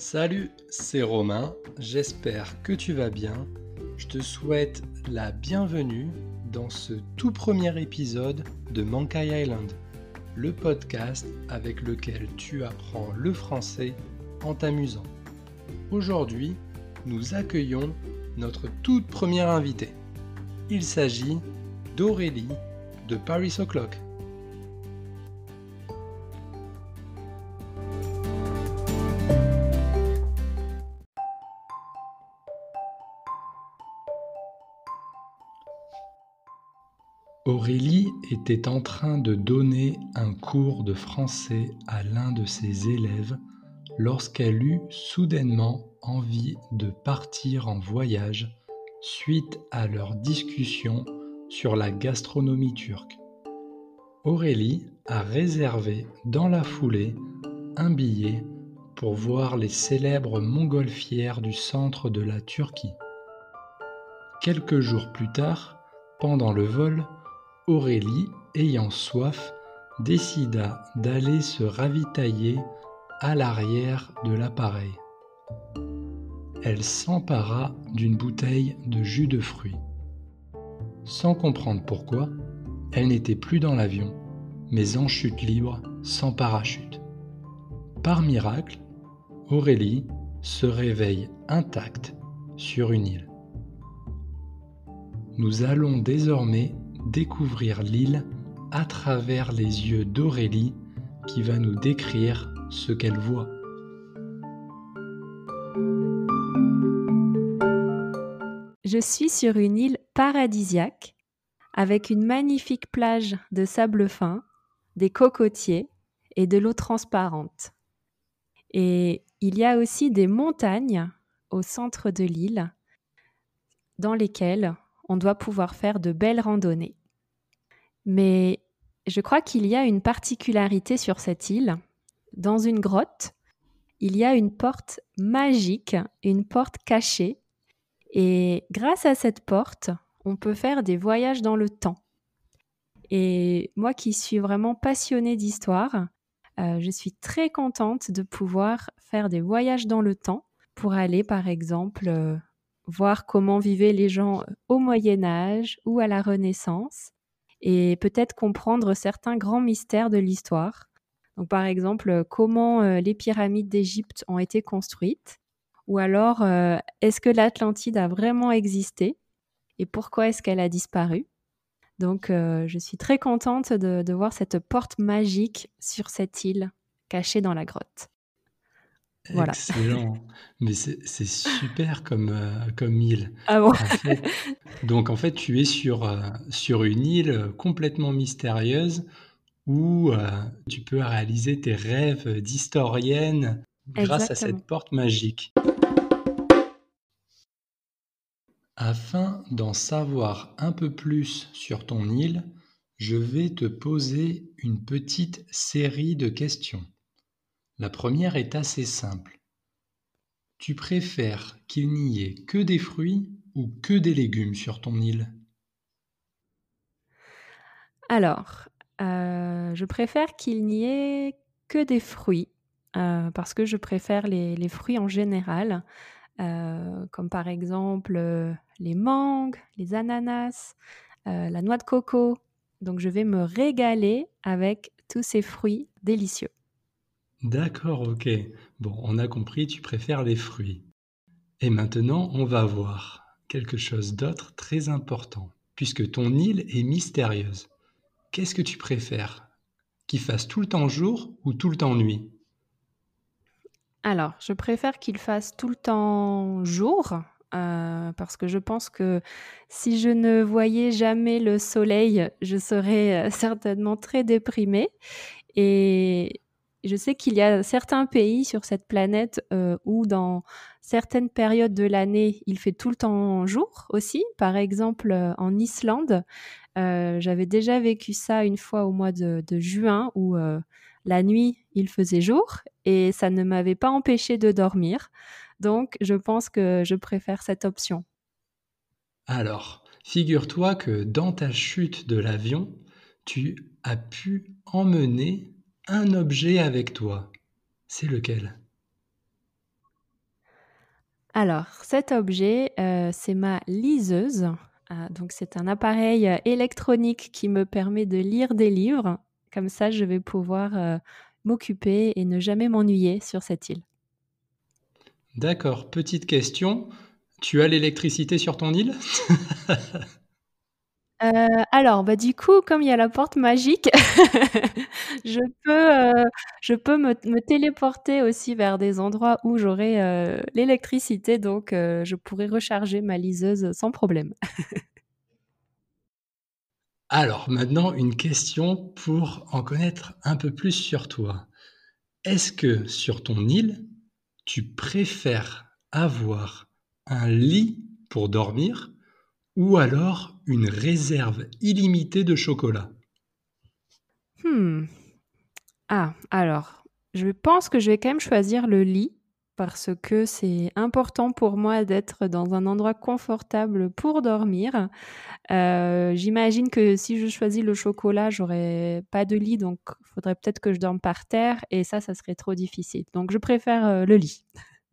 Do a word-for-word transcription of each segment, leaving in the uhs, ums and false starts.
Salut, c'est Romain, j'espère que tu vas bien. Je te souhaite la bienvenue dans ce tout premier épisode de Mankai Island, le podcast avec lequel tu apprends le français en t'amusant. Aujourd'hui, nous accueillons notre toute première invitée. Il s'agit d'Aurélie de Paris O'Clock. Aurélie était en train de donner un cours de français à l'un de ses élèves lorsqu'elle eut soudainement envie de partir en voyage suite à leur discussion sur la gastronomie turque. Aurélie a réservé dans la foulée un billet pour voir les célèbres montgolfières du centre de la Turquie. Quelques jours plus tard, pendant le vol, Aurélie, ayant soif, décida d'aller se ravitailler à l'arrière de l'appareil. Elle s'empara d'une bouteille de jus de fruits. Sans comprendre pourquoi, elle n'était plus dans l'avion, mais en chute libre, sans parachute. Par miracle, Aurélie se réveille intacte sur une île. Nous allons désormais découvrir l'île à travers les yeux d'Aurélie qui va nous décrire ce qu'elle voit. Je suis sur une île paradisiaque avec une magnifique plage de sable fin, des cocotiers et de l'eau transparente. Et il y a aussi des montagnes au centre de l'île dans lesquelles on doit pouvoir faire de belles randonnées. Mais je crois qu'il y a une particularité sur cette île. Dans une grotte, il y a une porte magique, une porte cachée. Et grâce à cette porte, on peut faire des voyages dans le temps. Et moi qui suis vraiment passionnée d'histoire, euh, je suis très contente de pouvoir faire des voyages dans le temps pour aller, par exemple, euh, voir comment vivaient les gens au Moyen-Âge ou à la Renaissance et peut-être comprendre certains grands mystères de l'histoire. Donc, par exemple, comment euh, les pyramides d'Égypte ont été construites ou alors, euh, est-ce que l'Atlantide a vraiment existé et pourquoi est-ce qu'elle a disparu? Donc, euh, je suis très contente de, de voir cette porte magique sur cette île cachée dans la grotte. Voilà. Excellent, mais c'est, c'est super comme, euh, comme île. Ah bon? En fait, donc en fait, tu es sur, euh, sur une île complètement mystérieuse où euh, tu peux réaliser tes rêves d'historienne grâce à Exactement. cette porte magique. Afin d'en savoir un peu plus sur ton île, je vais te poser une petite série de questions. La première est assez simple. Tu préfères qu'il n'y ait que des fruits ou que des légumes sur ton île? Alors, euh, je préfère qu'il n'y ait que des fruits, euh, parce que je préfère les, les fruits en général, euh, comme par exemple euh, les mangues, les ananas, euh, la noix de coco. Donc, je vais me régaler avec tous ces fruits délicieux. D'accord, ok. Bon, on a compris, tu préfères les fruits. Et maintenant, on va voir quelque chose d'autre très important, puisque ton île est mystérieuse. Qu'est-ce que tu préfères? Qu'il fasse tout le temps jour ou tout le temps nuit? Alors, je préfère qu'il fasse tout le temps jour, euh, parce que je pense que si je ne voyais jamais le soleil, je serais euh, certainement très déprimée. Et je sais qu'il y a certains pays sur cette planète euh, où dans certaines périodes de l'année, il fait tout le temps jour aussi. Par exemple, euh, en Islande, euh, j'avais déjà vécu ça une fois au mois de, de juin où euh, la nuit, il faisait jour et ça ne m'avait pas empêché de dormir. Donc, je pense que je préfère cette option. Alors, figure-toi que dans ta chute de l'avion, tu as pu emmener un objet avec toi. C'est lequel? Alors, cet objet, euh, c'est ma liseuse. Ah, donc, c'est un appareil euh, électronique qui me permet de lire des livres. Comme ça, je vais pouvoir euh, m'occuper et ne jamais m'ennuyer sur cette île. D'accord, petite question. Tu as l'électricité sur ton île? Heu, alors, bah, du coup, comme il y a la porte magique, je peux, heu, je peux me me téléporter aussi vers des endroits où j'aurai, heu, l'électricité, donc heu, je pourrai recharger ma liseuse sans problème. Alors maintenant, une question pour en connaître un peu plus sur toi. Est-ce que sur ton île, tu préfères avoir un lit pour dormir ou alors une réserve illimitée de chocolat? Mmh. Ah, alors, je pense que je vais quand même choisir le lit parce que c'est important pour moi d'être dans un endroit confortable pour dormir. Heu, j'imagine que si je choisis le chocolat, j'aurais pas de lit, donc il faudrait peut-être que je dorme par terre et ça, ça serait trop difficile. Donc je préfère, heu, le lit.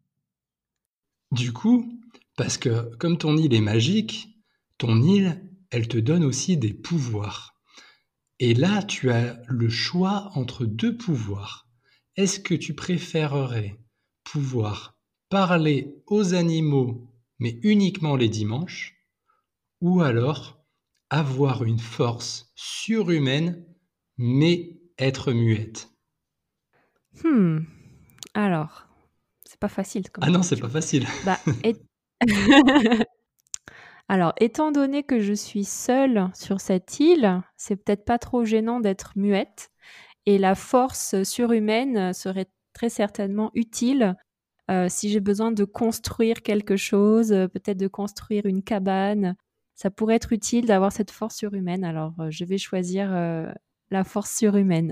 Du coup, parce que comme ton île est magique, ton île, elle te donne aussi des pouvoirs. Et là, tu as le choix entre deux pouvoirs. Est-ce que tu préférerais pouvoir parler aux animaux, mais uniquement les dimanches, ou alors avoir une force surhumaine, mais être muette? Mmh, alors, c'est pas facile comme Ah non, c'est question. pas facile. Bah, ét alors, étant donné que je suis seule sur cette île, c'est peut-être pas trop gênant d'être muette et la force surhumaine serait très certainement utile. Heu, si j'ai besoin de construire quelque chose, heu, peut-être de construire une cabane, ça pourrait être utile d'avoir cette force surhumaine. Alors, heu, je vais choisir, heu, la force surhumaine.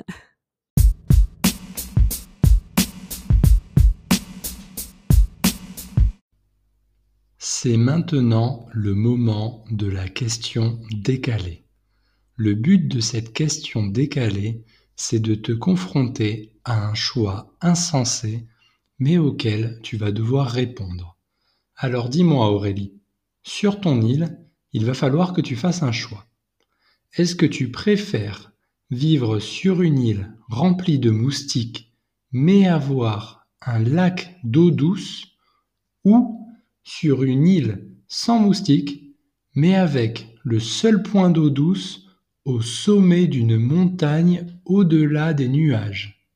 C'est maintenant le moment de la question décalée. Le but de cette question décalée, c'est de te confronter à un choix insensé, mais auquel tu vas devoir répondre. Alors dis-moi Aurélie, sur ton île, il va falloir que tu fasses un choix. Est-ce que tu préfères vivre sur une île remplie de moustiques, mais avoir un lac d'eau douce, ou sur une île sans moustiques, mais avec le seul point d'eau douce au sommet d'une montagne au-delà des nuages?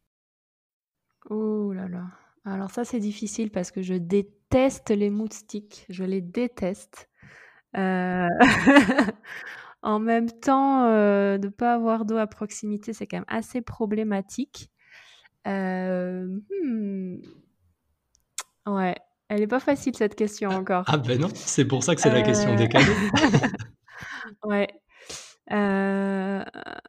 Oh là là. Alors ça, c'est difficile parce que je déteste les moustiques, je les déteste. Heu, en même temps, heu, de pas avoir d'eau à proximité, c'est quand même assez problématique. Hem, mmh, ouais, elle est pas facile cette question Ah, encore. ah ben non, c'est pour ça que c'est la question Heu, décalée. ouais, heu,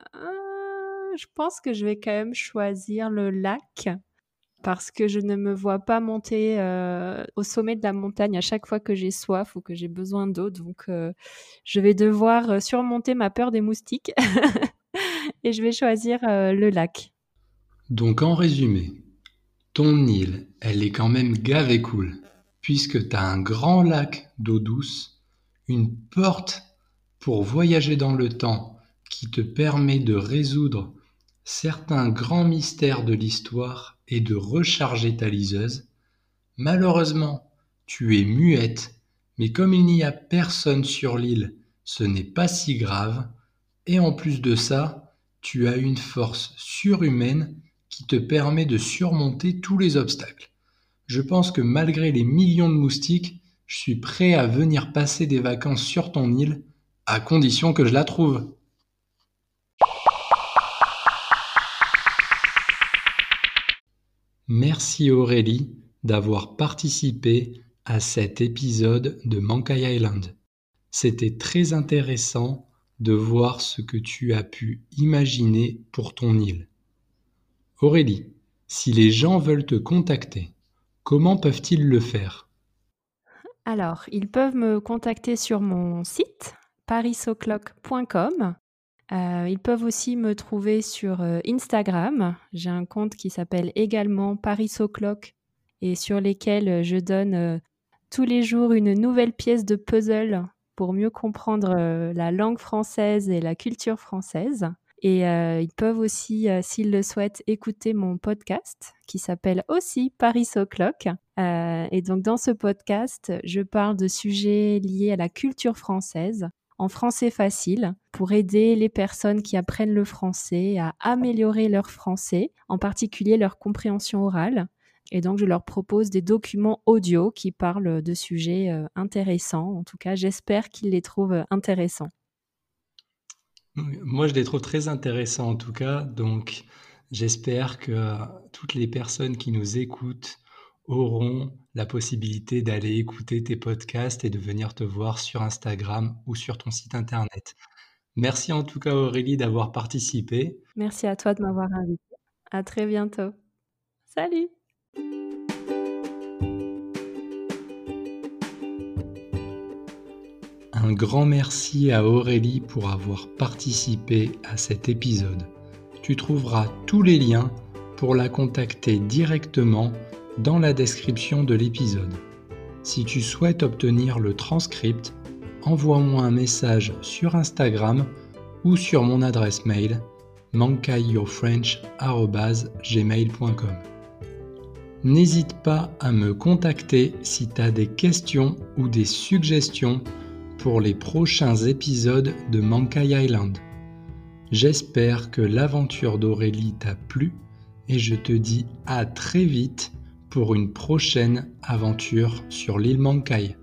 je pense que je vais quand même choisir le lac parce que je ne me vois pas monter, heu, au sommet de la montagne à chaque fois que j'ai soif ou que j'ai besoin d'eau donc heu, je vais devoir, heu, surmonter ma peur des moustiques et je vais choisir, heu, le lac. Donc en résumé, ton île, elle est quand même gave et cool, puisque tu as un grand lac d'eau douce, une porte pour voyager dans le temps qui te permet de résoudre certains grands mystères de l'histoire et de recharger ta liseuse. Malheureusement, tu es muette, mais comme il n'y a personne sur l'île, ce n'est pas si grave, et en plus de ça, tu as une force surhumaine qui te permet de surmonter tous les obstacles. Je pense que malgré les millions de moustiques, je suis prêt à venir passer des vacances sur ton île, à condition que je la trouve. Merci Aurélie d'avoir participé à cet épisode de Mankai Island. C'était très intéressant de voir ce que tu as pu imaginer pour ton île. Aurélie, si les gens veulent te contacter, comment peuvent-ils le faire? Alors, ils peuvent me contacter sur mon site paris o'clock point com. Heu, ils peuvent aussi me trouver sur, heu, Instagram. J'ai un compte qui s'appelle également Paris O'Clock et sur lesquels, heu, je donne, heu, tous les jours une nouvelle pièce de puzzle pour mieux comprendre euh, la langue française et la culture française. Et euh, ils peuvent aussi, euh, s'ils le souhaitent, écouter mon podcast qui s'appelle aussi Paris O'Clock. Euh, et donc dans ce podcast, je parle de sujets liés à la culture française en français facile pour aider les personnes qui apprennent le français à améliorer leur français, en particulier leur compréhension orale. Et donc, je leur propose des documents audio qui parlent de sujets euh, intéressants. En tout cas, j'espère qu'ils les trouvent intéressants. Moi, je les trouve très intéressants en tout cas. Donc, j'espère que euh, toutes les personnes qui nous écoutent auront la possibilité d'aller écouter tes podcasts et de venir te voir sur Instagram ou sur ton site internet. Merci en tout cas Aurélie d'avoir participé. Merci à toi de m'avoir invité. À très bientôt. Salut! Un grand merci à Aurélie pour avoir participé à cet épisode. Tu trouveras tous les liens pour la contacter directement dans la description de l'épisode. Si tu souhaites obtenir le transcript, envoie-moi un message sur Instagram ou sur mon adresse mail mankaiyourfrench arobase gmail point com. N'hésite pas à me contacter si tu as des questions ou des suggestions pour les prochains épisodes de Mankai Island. J'espère que l'aventure d'Aurélie t'a plu et je te dis à très vite pour une prochaine aventure sur l'île Mankai.